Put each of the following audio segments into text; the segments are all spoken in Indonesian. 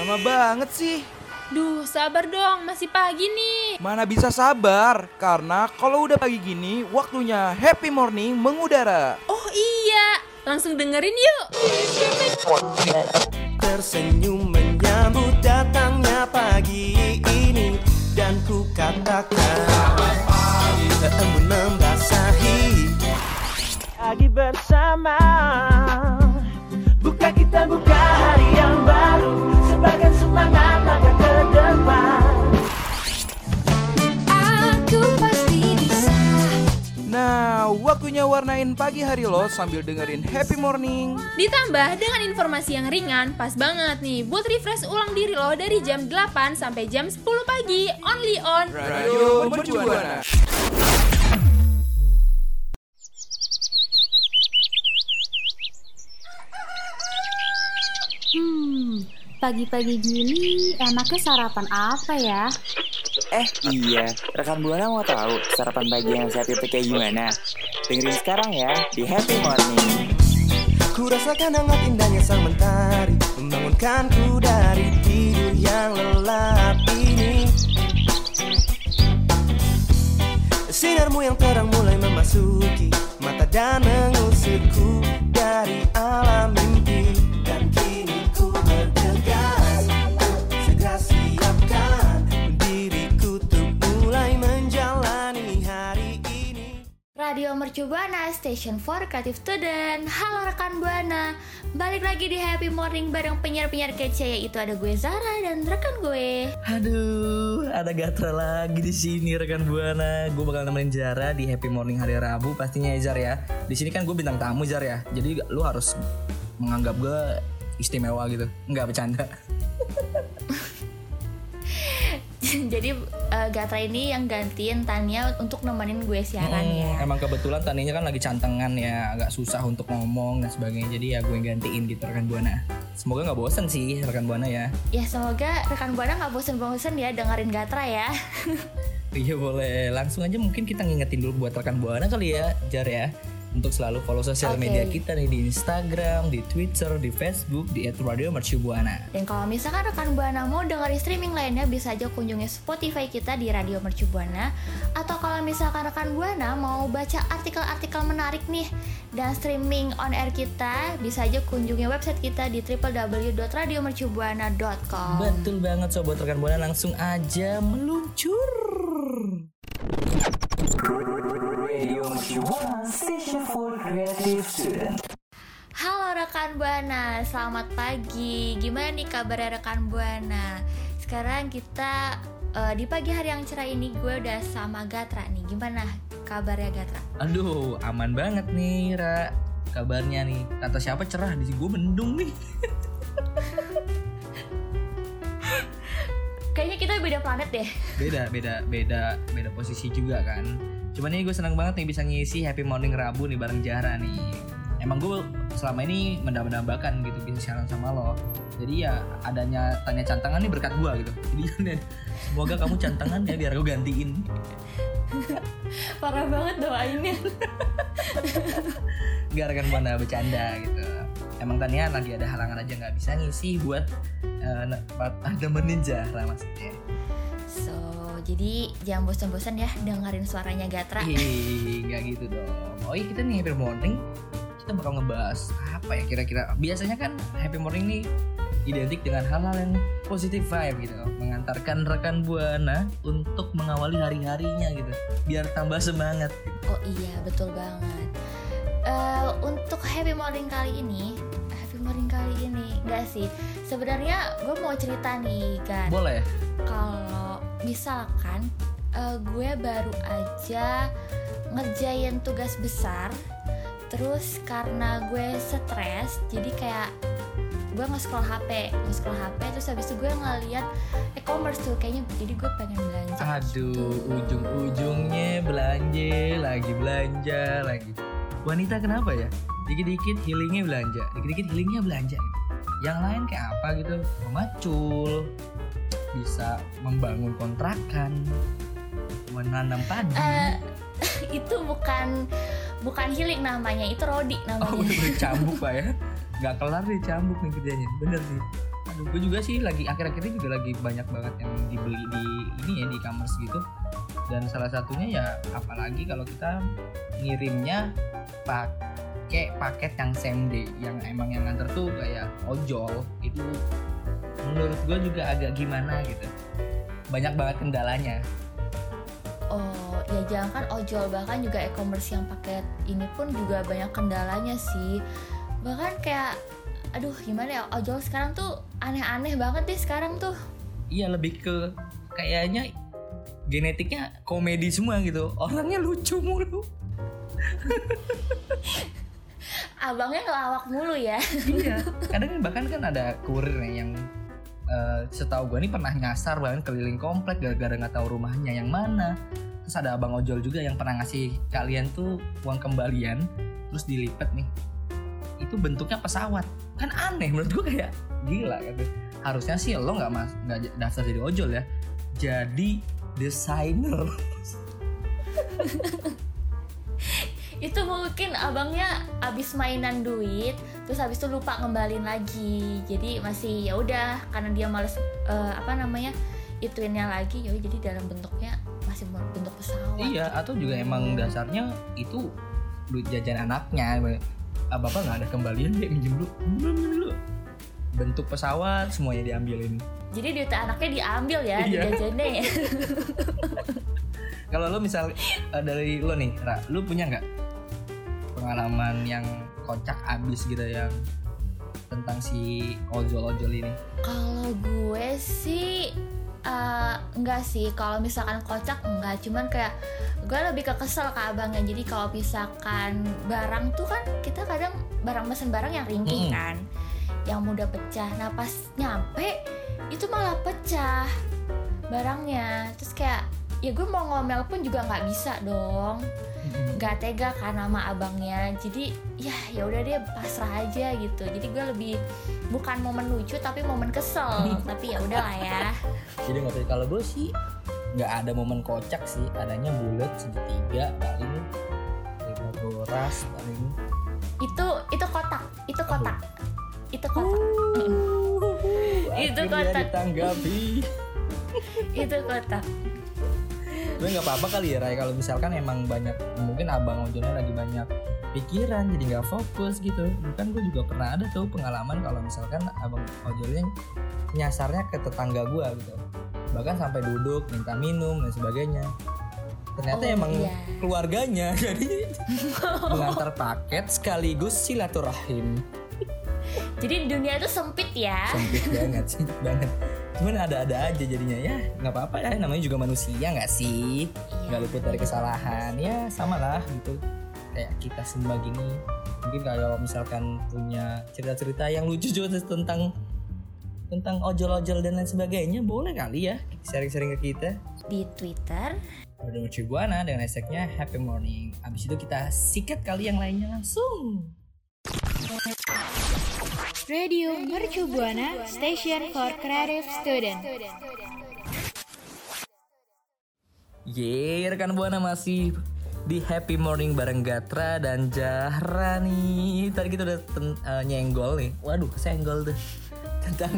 Lama banget sih. Duh, sabar dong, masih pagi nih. Mana bisa sabar, karena kalau udah pagi gini, waktunya Happy Morning mengudara. Oh iya, langsung dengerin yuk. Tersenyum menyambut datangnya pagi ini, dan ku katakan selamat pagi. Embun membasahi pagi bersama. Kita buka hari yang baru sebagai semangat langkah ke depan. Aku pasti bisa. Nah, waktunya warnain pagi hari lo sambil dengerin Happy Morning. Ditambah dengan informasi yang ringan, pas banget nih buat refresh ulang diri lo dari jam 8 sampai jam 10 pagi. Only on Radio Mercu Buana. Pagi-pagi gini enaknya sarapan apa ya? Iya, rekan Buana mau tahu sarapan pagi yang sehat itu kayak gimana? Dengerin sekarang ya di Happy Morning. Ku rasakan hangat indahnya sang mentari, membangunkanku dari tidur yang lelap ini. Sinarmu yang terang mulai memasuki mata dan mengusirku dari alam mimpi. Dan kini ku bergegas, segera siapkan diriku untuk mulai menjalani hari ini. Radio Mercu Buana, Station for Creative Student. Halo rekan Buana, balik lagi di Happy Morning bareng penyiar-penyiar kece, yaitu ada gue Zara dan rekan gue. Aduh, ada Gatra lagi di sini rekan Buana. Gue bakal nemenin Zara di Happy Morning hari Rabu pastinya ya Zar ya. Di sini kan gue bintang tamu Zar ya. Jadi lu harus menganggap gue istimewa gitu. Enggak bercanda. Jadi Gatra ini yang gantiin Tania untuk nemenin gue siaran ya. Emang kebetulan Taninya kan lagi cantengan ya, agak susah untuk ngomong dan sebagainya. Jadi ya gue yang gantiin gitu rekan Buana. Semoga gak bosen sih rekan Buana ya. Ya semoga rekan Buana gak bosen-bosen ya dengerin Gatra ya. Iya boleh, langsung aja mungkin kita ngingetin dulu buat rekan Buana kali ya Jar ya, untuk selalu follow sosial media kita nih di Instagram, di Twitter, di Facebook, di @radiomercubuana. Dan kalau misalkan rekan Buana mau dengerin streaming lainnya, bisa aja kunjungi Spotify kita di Radio Mercu Buana. Atau kalau misalkan rekan Buana mau baca artikel-artikel menarik nih dan streaming on air kita, bisa aja kunjungi website kita di www.radiomercubuana.com. Betul banget sobat rekan Buana, langsung aja meluncur. Halo rekan Buana, selamat pagi. Gimana nih kabarnya rekan Buana? Sekarang kita di pagi hari yang cerah ini gue udah sama Gatra nih. Gimana kabarnya Gatra? Aduh, aman banget nih Ra. Kabarnya nih, kata siapa cerah, di gue mendung nih. Kayaknya kita beda planet deh. Beda posisi juga kan. Cuman ini gue senang banget nih bisa ngisi Happy Morning Rabu nih bareng Zara nih. Emang gue selama ini mendambakan gitu bisa siaran sama lo. Jadi ya adanya Tanya cantangan nih berkat gue gitu. Jadi semoga kamu cantangan ya biar gue gantiin. Parah banget doainnya. Gak rekan Buana bercanda gitu. Emang Tania lagi ada halangan aja gak bisa ngisi buat nemenin Zara maksudnya. So, jadi jangan bosan-bosan ya dengerin suaranya Gatra. Gak gitu dong. Oh iya, kita nih Happy Morning, kita bakal ngebahas apa ya kira-kira. Biasanya kan Happy Morning nih identik dengan hal-hal yang positive vibe gitu, mengantarkan rekan Buana untuk mengawali hari-harinya gitu, biar tambah semangat. Oh iya, betul banget. Untuk Happy Morning kali ini enggak sih. Sebenarnya gue mau cerita nih, Gan. Boleh. Kalau misalkan gue baru aja ngerjain tugas besar, terus karena gue stres, jadi kayak gue nge-scroll HP, terus habis itu gue ngeliat e-commerce tuh, kayaknya jadi gue pengen belanja. Aduh, ujung-ujungnya belanja lagi. Wanita kenapa ya? Dikit-dikit healingnya belanja, Yang lain kayak apa gitu, memacul, bisa membangun kontrakan, menanam padi. Itu bukan healing namanya, itu Rodi namanya. Oh, udah cambuk Pak ya. Gak kelar deh cambuk nih kerjanya. Bener sih. Aduh, gue juga sih lagi akhir-akhir ini juga lagi banyak banget yang dibeli di ini ya, di e-commerce gitu. Dan salah satunya ya apalagi kalau kita ngirimnya pakai paket yang same day, yang emang yang nganter tuh kayak ojol, itu menurut gue juga agak gimana gitu. Banyak banget kendalanya. Oh ya, jangan kan ojol, bahkan juga e-commerce yang paket ini pun juga banyak kendalanya sih. Bahkan kayak aduh gimana ya, ojol sekarang tuh aneh-aneh banget deh sekarang tuh. Iya, lebih ke kayaknya genetiknya komedi semua gitu. Orangnya lucu mulu. Abangnya ngelawak mulu ya. Iya, kadang bahkan kan ada kurir nih yang setahu gue nih pernah nyasar banget keliling komplek gara-gara nggak tahu rumahnya yang mana. Terus ada abang ojol juga yang pernah ngasih kalian tuh uang kembalian, terus dilipat nih, itu bentuknya pesawat. Kan aneh menurut gue, kayak gila gitu. Harusnya sih lo nggak daftar jadi ojol ya, jadi desainer. Itu mungkin abangnya abis mainan duit, terus habis itu lupa ngembalin lagi. Jadi masih ya udah, karena dia males ituinnya lagi, ya jadi dalam bentuknya masih bentuk pesawat. Iya, atau juga emang dasarnya itu duit jajan anaknya. Bapak nggak ada kembalian, dia minjem dulu. Bentuk pesawat semuanya diambilin. Jadi duit anaknya diambil ya, Iya. dijajannya ya. Kalau lo misal dari lo nih, Ra, lo punya nggak pengalaman yang kocak abis gitu yang tentang si ojol-ojol ini? Kalau gue sih enggak sih, kalau misalkan kocak enggak, cuman kayak gue lebih kesel ke abangnya. Jadi kalau misalkan barang tuh kan kita kadang mesen barang yang ringkih kan, yang mudah pecah. Nah pas nyampe itu malah pecah barangnya. Terus kayak ya gue mau ngomel pun juga nggak bisa dong, nggak tega kan sama abangnya. Jadi ya udah deh, pasrah aja gitu. Jadi gue lebih bukan momen lucu tapi momen kesel. Tapi ya udahlah ya. Jadi nggak tahu, kalau gue sih nggak ada momen kocak sih, adanya bulat segitiga paling 5 ras paling. Itu kotak. Itu kotak. Itu kotak. Ditanggapi. Itu kotak. Gue nggak apa-apa kali ya, Ray, kalau misalkan emang banyak, mungkin abang ojolnya lagi banyak pikiran jadi nggak fokus gitu. Bukan, gue juga pernah ada tuh pengalaman kalau misalkan abang ojolnya nyasarnya ke tetangga gue gitu, bahkan sampai duduk minta minum dan sebagainya. Ternyata emang keluarganya, jadi mengantar paket sekaligus silaturahim. Jadi dunia itu sempit ya. Sempit banget, sempit banget. Cuman ada-ada aja jadinya, ya nggak apa-apa ya, namanya juga manusia nggak sih, nggak luput dari kesalahan. Ya sama lah gitu, kayak kita semua gini. Mungkin kalau misalkan punya cerita-cerita yang lucu juga tentang ojol-ojol dan lain sebagainya, boleh kali ya sharing-sharing ke kita Di Twitter udah Mercubuana dengan hashtagnya Happy Morning. Abis itu kita sikat kali yang lainnya langsung. Radio Mercu Buana, Station for Creative Student. Yeay, rekan Buana masih di Happy Morning bareng Gatra dan Zahra nih. Tadi kita udah nyenggol nih. Waduh, kesenggol tuh. Tentang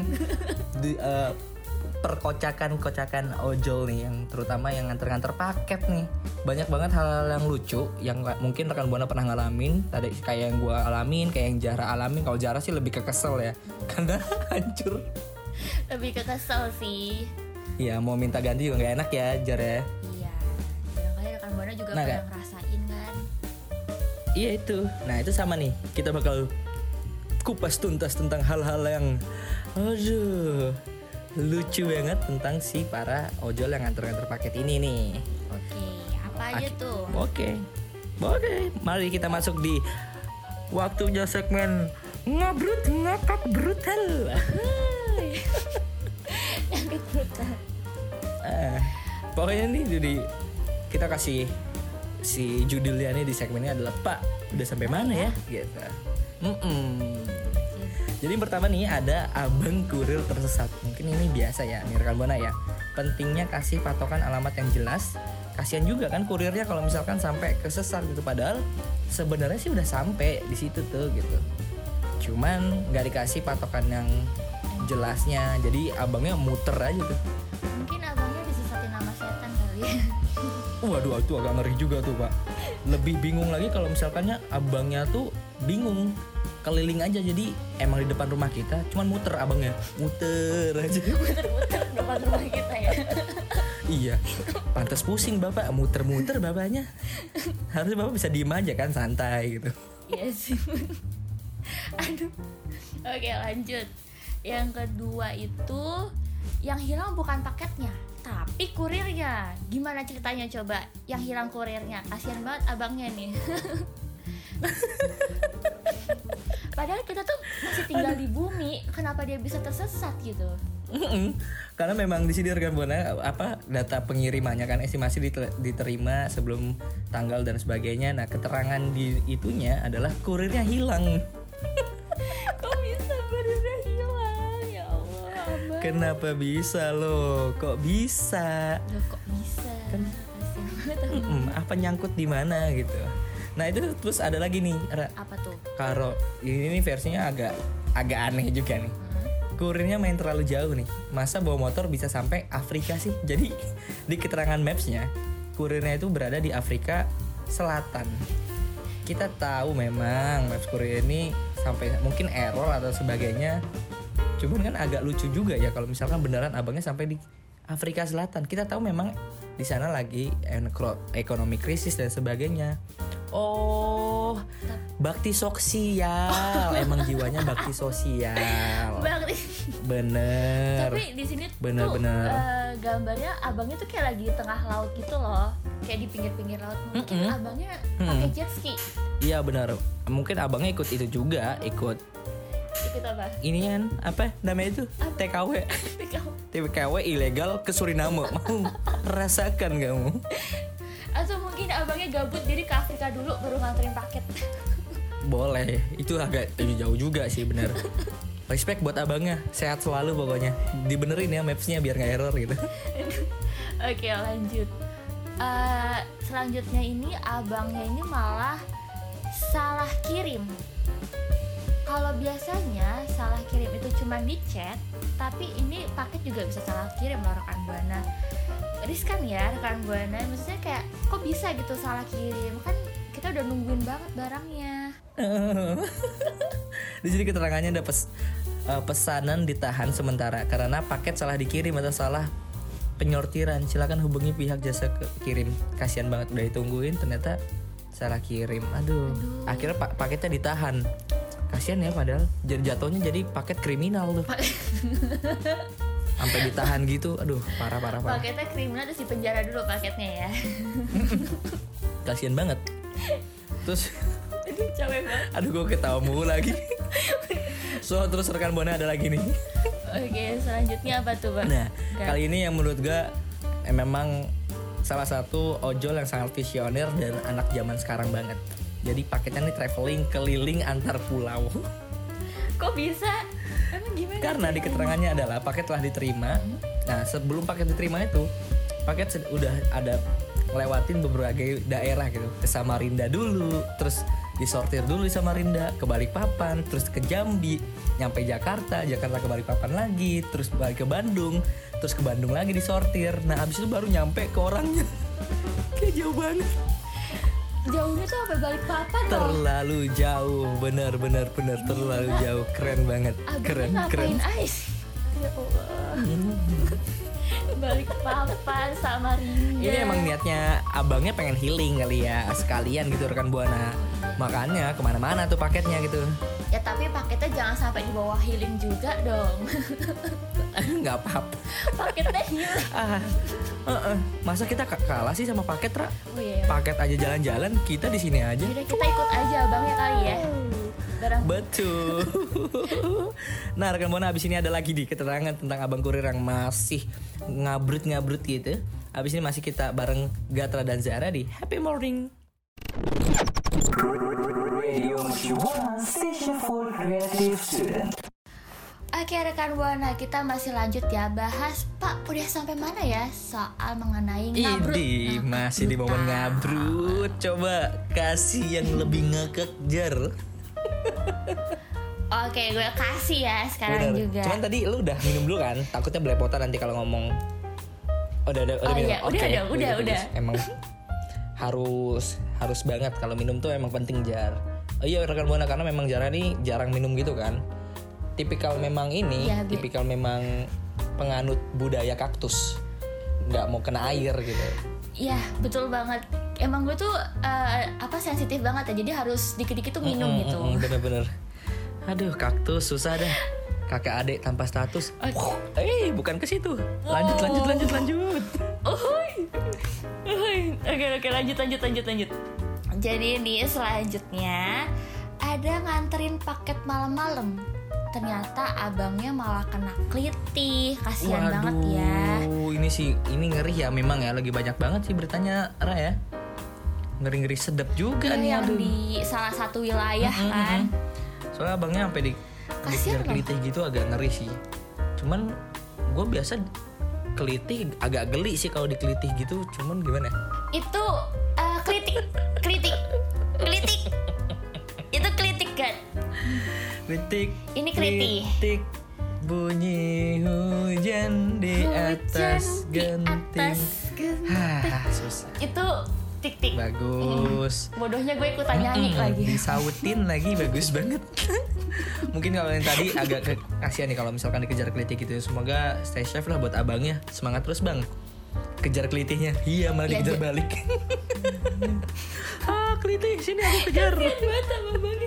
perkocakan ojol nih, yang terutama yang nganter-nganter paket nih. Banyak banget hal-hal yang lucu yang mungkin rekan Buana pernah ngalamin. Tadi kayak yang gue alamin, kayak yang Zahra alamin. Kalau Zahra sih lebih ke kesel ya, karena hancur. lebih ke kesel sih. Iya, mau minta ganti juga nggak enak ya, Zahra ya. Iya, barangkali rekan Buana juga pernah ngerasain kan. Iya itu. Nah itu sama nih, kita bakal kupas tuntas tentang hal-hal yang lucu banget tentang si para ojol yang nganter-nganter paket ini nih. Oke, apa aja tuh? Oke, mari kita masuk di waktunya segmen Ngabrut Ngakak Brutal. Yang brutal. Pokoknya nih, jadi kita kasih si judulnya nih di segmen ini adalah Pak, udah sampai mana ya? Gitu. Jadi yang pertama nih ada abang kurir tersesat. Mungkin ini biasa ya nih rekan Buana ya. Pentingnya kasih patokan alamat yang jelas. Kasian juga kan kurirnya kalau misalkan sampai kesesat gitu. Padahal sebenarnya sih udah sampai di situ tuh gitu. Cuman nggak dikasih patokan yang jelasnya. Jadi abangnya muter aja tuh. Mungkin abangnya disesatin nama setan kali ya. Waduh, itu agak ngeri juga tuh Pak. Lebih bingung lagi kalau misalkannya abangnya tuh bingung keliling aja. Jadi emang di depan rumah kita cuman muter abangnya, muter aja. Muter-muter depan rumah kita ya. Iya, pantas pusing bapak, muter-muter bapaknya. Harusnya bapak bisa diem aja kan, santai gitu. Iya sih. Aduh. Oke, lanjut. Yang kedua itu yang hilang bukan paketnya, tapi kurirnya. Gimana ceritanya coba? Yang hilang kurirnya. Kasihan banget abangnya nih. Padahal kita tuh masih tinggal di bumi, kenapa dia bisa tersesat gitu? Karena memang di sini rekan Buana data pengirimannya kan estimasi diterima sebelum tanggal dan sebagainya. Nah, keterangan di itunya adalah kurirnya hilang. Kok bisa kurirnya hilang? Ya Allah, abang. Kenapa bisa loh? Kok bisa? Loh, kok bisa? Kasihan banget. Apa nyangkut di mana gitu. Nah, itu terus ada lagi nih, Apa tuh? Karo ini versinya agak aneh juga nih. Kurirnya main terlalu jauh nih. Masa bawa motor bisa sampai Afrika sih? Jadi di keterangan Maps-nya, kurirnya itu berada di Afrika Selatan. Kita tahu memang Maps kurir ini sampai mungkin error atau sebagainya. Cuman kan agak lucu juga ya kalau misalkan beneran abangnya sampai di Afrika Selatan. Kita tahu memang di sana lagi ekonomi krisis dan sebagainya. Oh, bakti sosial. Emang jiwanya bakti sosial. Bener. Tapi di sini bener. gambarnya abangnya tuh kayak lagi di tengah laut gitu loh, kayak di pinggir-pinggir laut. Mungkin abangnya pakai jet ski. Iya benar. Mungkin abangnya ikut itu juga, ikut apa? Ini kan apa namanya itu? TKW. TKW ilegal ke Suriname. Mau rasakan kamu? Atau mungkin abangnya gabut jadi ke Afrika dulu baru nganterin paket. Boleh, itu agak jauh juga sih bener. Respect buat abangnya, sehat selalu pokoknya. Dibenerin ya Maps-nya biar gak error gitu. Oke, lanjut. Selanjutnya ini abangnya ini malah salah kirim. Kalau biasanya salah kirim itu cuma di chat, tapi ini paket juga bisa salah kirim loh rekan Buana. Riskan ya rekan Buana, maksudnya kayak kok bisa gitu salah kirim, kan kita udah nungguin banget barangnya. Di sini keterangannya ada pesanan ditahan sementara karena paket salah dikirim atau salah penyortiran. Silakan hubungi pihak jasa kirim. Kasihan banget udah ditungguin ternyata salah kirim. Aduh. Akhirnya paketnya ditahan. Kasihan ya padahal jatuhnya jadi paket kriminal tuh. Sampai ditahan gitu. Aduh, parah. Paketnya kriminal terus di penjara dulu paketnya ya. Kasihan banget. Terus Aduh, capek banget. Aduh, gue ketawa mulu lagi. So, terus rekan Buana ada lagi nih. Oke, selanjutnya apa tuh, Bang? Nah, kali ini yang menurut gue memang salah satu ojol yang sangat visioner dan anak zaman sekarang banget. Jadi paketnya nih traveling keliling antar pulau. Kok bisa? Emang gimana? Karena di keterangannya adalah paket telah diterima. Nah, sebelum paket diterima itu, paket udah ada ngelewatin beberapa daerah gitu. Ke Samarinda dulu, terus disortir dulu di Samarinda, ke Balikpapan, terus ke Jambi, nyampe Jakarta ke Balikpapan lagi, terus balik ke Bandung, terus ke Bandung lagi disortir. Nah, abis itu baru nyampe ke orangnya. Kayak jauh banget. Jauhnya tuh sampai Balikpapan loh. Terlalu jauh, bener terlalu jauh. Keren banget. Keren. Ais. Ya Allah. Balikpapan Samarinda. Ini emang niatnya abangnya pengen healing kali ya, sekalian gitu rekan Buana. Makanya kemana-mana tuh paketnya gitu. Ya tapi paketnya jangan sampai di bawah healing juga dong. Nggak apa-apa. Paketnya healing. Masa kita kalah sih sama paket, Ra? Oh iya. Paket aja jalan-jalan, kita di sini aja. Yaudah kita ikut aja abangnya kali ya. Betul. Nah rekan Buana, abis ini ada lagi di keterangan tentang abang kurir yang masih ngabrut gitu. Abis ini masih kita bareng Gatra dan Zara di Happy Morning. Oke rekan Buana, kita masih lanjut ya bahas Pak udah sampai mana ya soal mengenai ngabrut. Idi, masih di momen ngabrut. Coba kasih yang lebih ngekek Jar. Oke, gue kasih ya sekarang Bener. juga. Cuman tadi lu udah minum dulu kan? Takutnya belepotan nanti kalau ngomong. Udah Oh minum. iya, Oke, udah. bagus. Emang harus banget kalau minum tuh emang penting Jar. Oh iya rekan Buana, karena memang Jara nih jarang minum gitu kan. Tipikal memang ini, Iya, tipikal memang penganut budaya kaktus. Nggak mau kena air gitu. Iya, betul banget. Emang gue tuh sensitif banget ya. Jadi harus dikit-dikit tuh minum gitu. Bener-bener. Aduh, kaktus susah dah. Kakak adik tanpa status. Bukan ke situ. Lanjut. Oke, lanjut. Jadi nih selanjutnya ada nganterin paket malam-malam. Ternyata abangnya malah kena kelitih. Kasihan banget ya. Ini ngeri ya memang ya, lagi banyak banget sih beritanya Ra ya. Ngeri-ngeri sedap juga Iya, nih yang aduh. di salah satu wilayah kan. Soalnya abangnya sampai Kasihan dikejar loh. kelitih gitu agak ngeri sih. Cuman gue biasa kelitih agak geli sih kalau dikelitih gitu. Cuman gimana? Itu kritik. Itu kritik kan? Kritik. Ini kritik. Kritik bunyi hujan di atas genting. Susah. Itu tik. Bagus. Bodohnya gue ikutan nyanyi lagi. Disautin lagi bagus banget. Mungkin kalau yang tadi agak kasihan nih kalau misalkan dikejar kelitih gitu. Semoga stay safe lah buat abangnya. Semangat terus bang. Kejar kelitihnya. Iya malah dikejar balik. Kelitih sini aku kejar. Buat sama banget.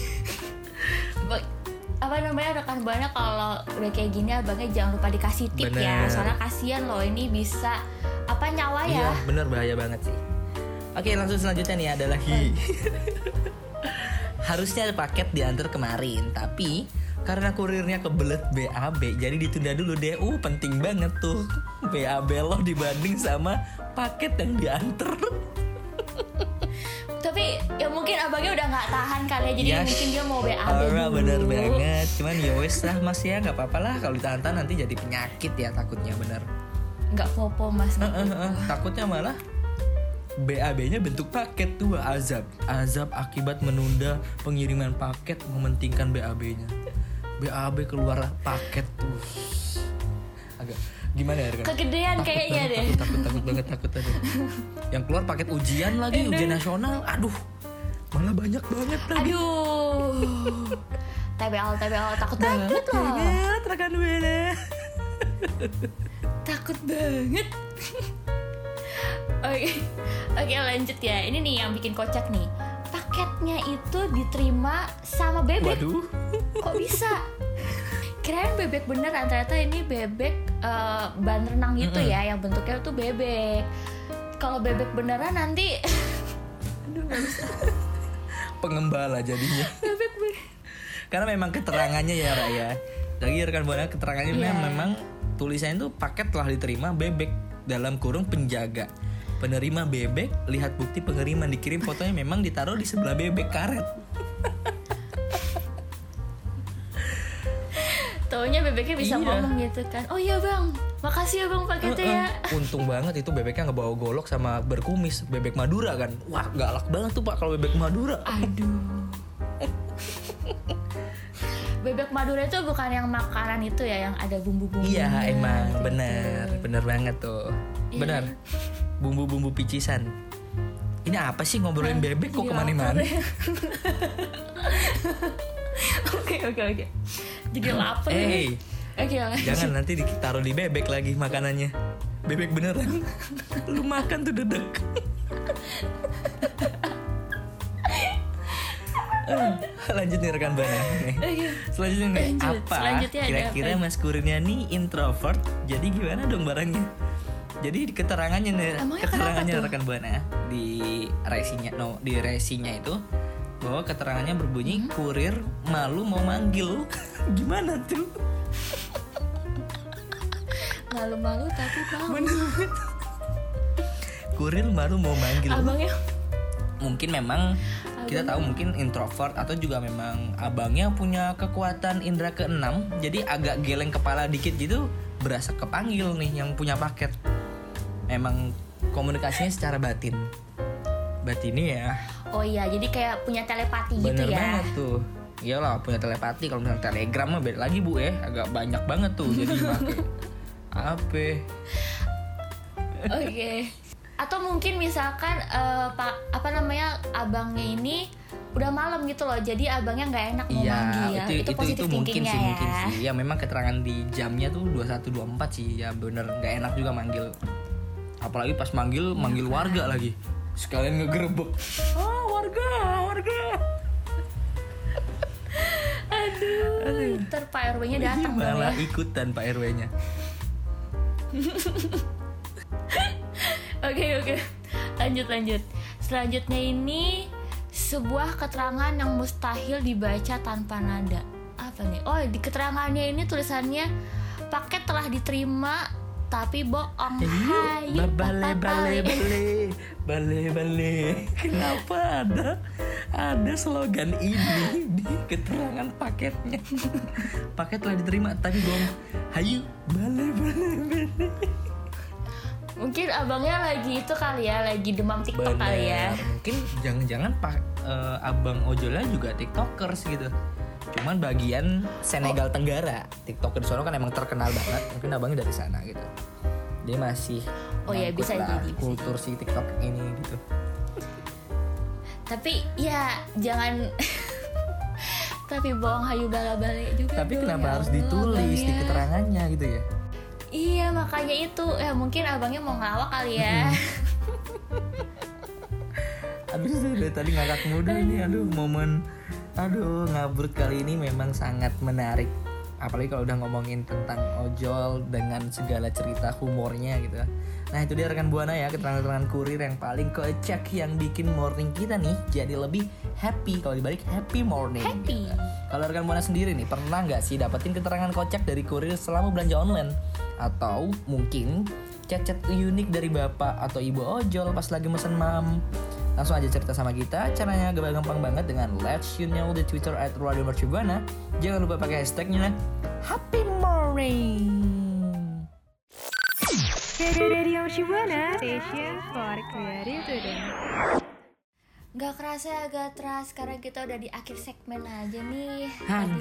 Apa namanya rekan Buana, kalau udah kayak gini abangnya jangan lupa dikasih tip ya. Bener. Soalnya kasihan loh, ini bisa nyawa Iya ya. bener, bahaya banget sih. Oke, langsung selanjutnya nih ada lagi. Harusnya paket diantar kemarin, tapi karena kurirnya kebelet BAB, jadi ditunda dulu deh. Penting banget tuh BAB lo dibanding sama paket yang diantar. Tapi ya mungkin abangnya udah nggak tahan kali ya, jadi mungkin dia mau BAB dulu. Bener banget. Cuman ya wes lah mas ya, nggak apa-apa lah kalau ditahan nanti jadi penyakit ya takutnya, bener. Nggak popo mas. Takutnya malah BAB-nya bentuk paket tuh, azab akibat menunda pengiriman paket, mementingkan BAB-nya. BAB keluar paket tuh. Agak gimana ya? Kegedean kayaknya deh. Takut banget. Yang keluar paket ujian lagi, ujian nasional. Aduh. Malah banyak banget lagi. Aduh. TBL takut banget loh. Banget rekan Buana. Takut banget. Oke, lanjut ya. Ini nih yang bikin kocak nih. Paketnya itu diterima sama bebek. Waduh. Kok bisa? Kirain bebek beneran, ternyata ini bebek ban renang gitu ya, yang bentuknya tuh bebek. Kalau bebek beneran nanti aduh gak bisa. Pengembala jadinya. Bebek Karena memang keterangannya ya Raya. Lagi rekan Buana keterangannya memang tulisannya tuh paket telah diterima bebek dalam kurung penjaga. Penerima bebek, lihat bukti pengiriman, dikirim fotonya memang ditaruh di sebelah bebek karet. Taunya bebeknya bisa ngomong gitu kan. Oh iya bang, makasih ya bang paketnya ya. Untung banget itu bebeknya nggak bawa golok sama berkumis. Bebek Madura kan. Wah galak banget tuh pak kalau bebek Madura. Aduh. Bebek Madura itu bukan yang makanan itu ya, yang ada bumbu-bumbu. Iya emang gitu. bener banget tuh. Iya. Bener. Bumbu-bumbu picisan. Ini apa sih ngobrolin bebek kok Jadi kemana-mana? Oke. Jadi lapar nih. Oke, Jangan nanti ditaruh di bebek lagi makanannya. Bebek beneran. Lu makan tuh dedek. Lanjut nih rekan Buana. Selanjutnya nih, apa? Selanjutnya ada Kira-kira apa? Mas Kurirnya nih introvert. Jadi gimana dong barangnya? Jadi keterangannya nih, Emangnya keterangannya kenapa tuh? rekan Buana di resinya itu bahwa keterangannya berbunyi kurir malu mau manggil. Gimana tuh? Malu-malu tapi mau. Kurir malu mau manggil. Abangnya Mungkin memang kita tahu mungkin introvert atau juga memang abangnya punya kekuatan indera keenam, jadi agak geleng kepala dikit gitu berasa kepanggil nih yang punya paket. Memang komunikasinya secara batin ya. Oh iya, jadi kayak punya telepati gitu Bener ya. banget tuh. Iyalah punya telepati. Kalau misalnya Telegram mah beda lagi Bu ya. Agak banyak banget tuh jadi make. Apa? Oke. Atau mungkin misalkan abangnya ini udah malam gitu loh, jadi abangnya nggak enak mau manggil ya. Itu positif mungkin thinkingnya sih, ya. mungkin sih. Ya memang keterangan di jamnya tuh 21.24 sih. Ya bener nggak enak juga manggil. Apalagi pas manggil warga lagi. Sekalian ngegerebek. Warga. Aduh, ntar Pak RW-nya datang dong ya. Malah ikutan Pak RW-nya. Oke. Lanjut. Selanjutnya ini sebuah keterangan yang mustahil dibaca tanpa nada. Apa nih? Oh, di keterangannya ini tulisannya paket telah diterima tapi bohong. Hayu Bale. Kenapa ada slogan ini di keterangan paketnya? Paket telah diterima tapi bohong. Hayu bale. Mungkin abangnya lagi itu kali ya, lagi demam TikTok kali ya. Mungkin jangan-jangan abang ojolnya juga TikTokers gitu. Cuman bagian Senegal Tenggara. TikToker di sana kan emang terkenal banget. Mungkin abangnya dari sana gitu. Dia masih ya bisa jadi kultur si TikTok ini gitu. Tapi ya jangan tapi bohong hayu bala-bale juga. Tapi dong, kenapa ya dari Allah, ditulis di abangnya. keterangannya gitu ya? Iya makanya itu ya mungkin abangnya mau ngelawak kali ya. Abis dari tadi ngakak muda nih, momen ngabrut kali ini memang sangat menarik. Apalagi kalau udah ngomongin tentang ojol dengan segala cerita humornya gitu. Nah itu dia rekan Buana ya, keterangan-keterangan kurir yang paling kocak yang bikin morning kita nih jadi lebih happy. Kalau dibalik happy morning. Happy. Gitu. Kalau rekan Buana sendiri nih pernah nggak sih dapetin keterangan kocak dari kurir selama belanja online? Atau mungkin chat-chat unik dari bapak atau ibu ojol pas lagi mesen mam? Langsung aja cerita sama kita. Caranya gampang banget dengan Let's You Know di Twitter @radiomercubuana. Jangan lupa pakai hashtagnya Happy Morning. Radio Shibuana, station for creative student. Gak kerasa ya Gatra, sekarang kita udah di akhir segmen aja nih.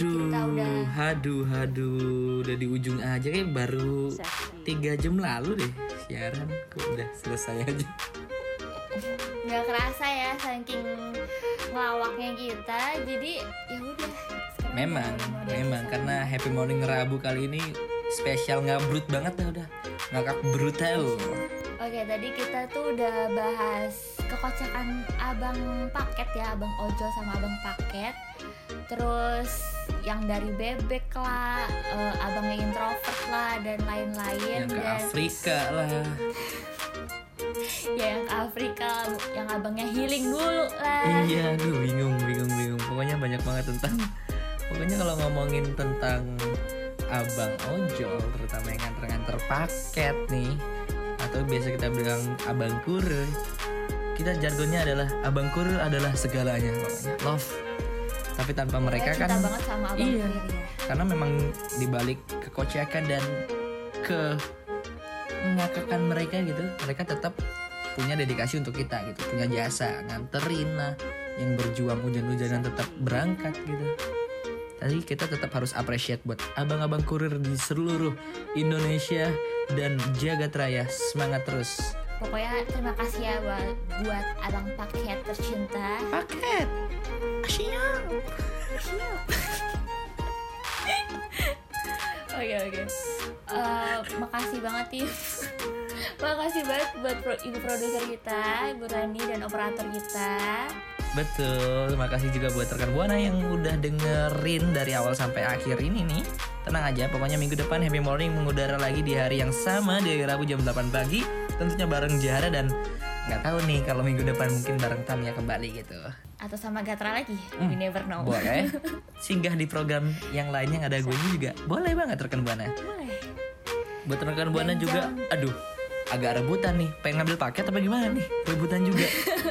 Aduh, udah di ujung aja kayak baru 3 jam lalu deh siaran, kok udah selesai aja. Gak kerasa ya saking ngelawaknya kita, jadi ya udah. Memang karena Happy Morning Rabu kali ini spesial ngabrut banget ya, udah ngakak brutal. Oke, tadi kita tuh udah bahas kekocakan abang paket ya, abang ojol sama abang paket. Terus yang dari bebek lah, abangnya introvert lah dan lain-lain. Yang ke dan Afrika lah. Ya yang ke Afrika, yang abangnya healing dulu lah. Iya, aduh bingung. Pokoknya banyak banget Pokoknya kalau ngomongin tentang abang ojol, terutama yang nganter-nganter paket nih, atau biasa kita bilang abang kurir, kita jargonnya adalah abang kurir adalah segalanya, pokoknya love. Tapi tanpa mereka cinta kan banget sama abang kurir ya. Karena memang dibalik kekocakan dan ngakakan mereka gitu, mereka tetap punya dedikasi untuk kita gitu, punya jasa nganterin lah, yang berjuang hujan-hujanan tetap berangkat gitu. Tadi kita tetap harus appreciate buat abang-abang kurir di seluruh Indonesia dan jagat raya. Semangat terus. Pokoknya terima kasih ya buat abang paket tercinta. Paket siap. Oke. Makasih banget Tim. Makasih banget buat ibu produser kita, Ibu Rani dan operator kita. Betul, terima kasih juga buat rekan Buana yang udah dengerin dari awal sampai akhir ini nih. Tenang aja, pokoknya minggu depan Happy Morning mengudara lagi di hari yang sama, di hari Rabu jam 8 pagi. Tentunya bareng Jahara dan nggak tahu nih kalau minggu depan mungkin bareng Tamiya kembali gitu. Atau sama Gatra lagi, we never know. Boleh, singgah di program yang lain yang ada gue juga. Boleh banget rekan Buana. Boleh. Buat rekan Buana juga, aduh agak rebutan nih, pengen ngambil paket apa gimana nih? Rebutan juga.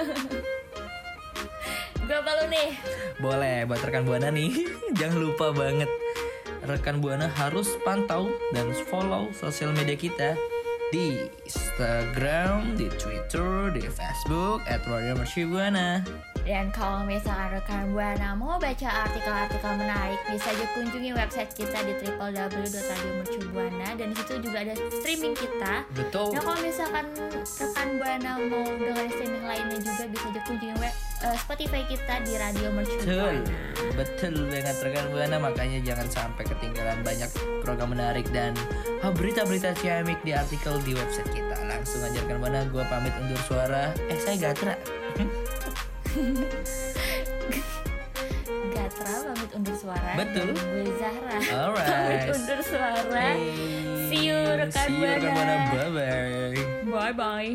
Berapa lu nih? Boleh, buat rekan Buana nih, jangan lupa banget rekan Buana harus pantau dan follow sosial media kita di Instagram, di Twitter, di Facebook @radiomercubuana. Dan kalau misalkan rekan Buana mau baca artikel-artikel menarik, bisa aja kunjungi website kita di www.radiomercubuana, dan di situ juga ada streaming kita. Betul. Nah kalau misalkan rekan Buana mau dengerin streaming lainnya juga, bisa aja kunjungi Spotify kita di Radio Mercubuana. Betul banget rekan Buana, makanya jangan sampai ketinggalan banyak program menarik dan berita-berita ciamik di artikel di website kita. Langsung aja rekan Buana, gue pamit undur suara. Saya Gatra. Gatra pamit undur suara. Betul. Dan gue Zahra Alright. pamit undur suara. See you rekan Buana. Bye bye. Bye bye.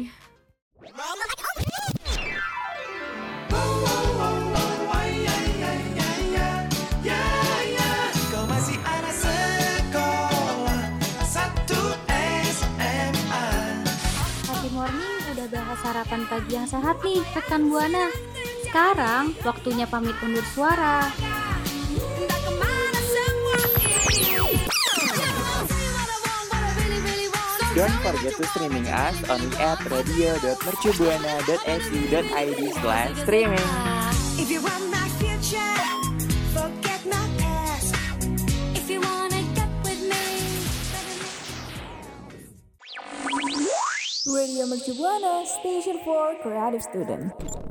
Kau masih anak sekolah 1 SMA. Happy morning, udah bahas sarapan pagi yang sehat nih, rekan Buana. Sekarang waktunya pamit undur suara. Don't forget to streaming us on at radio.mercubuana.ac.id/streaming. If you want my future, forget my past. If you wanna get with me. Radio Mercubuana, Station for Creative Student.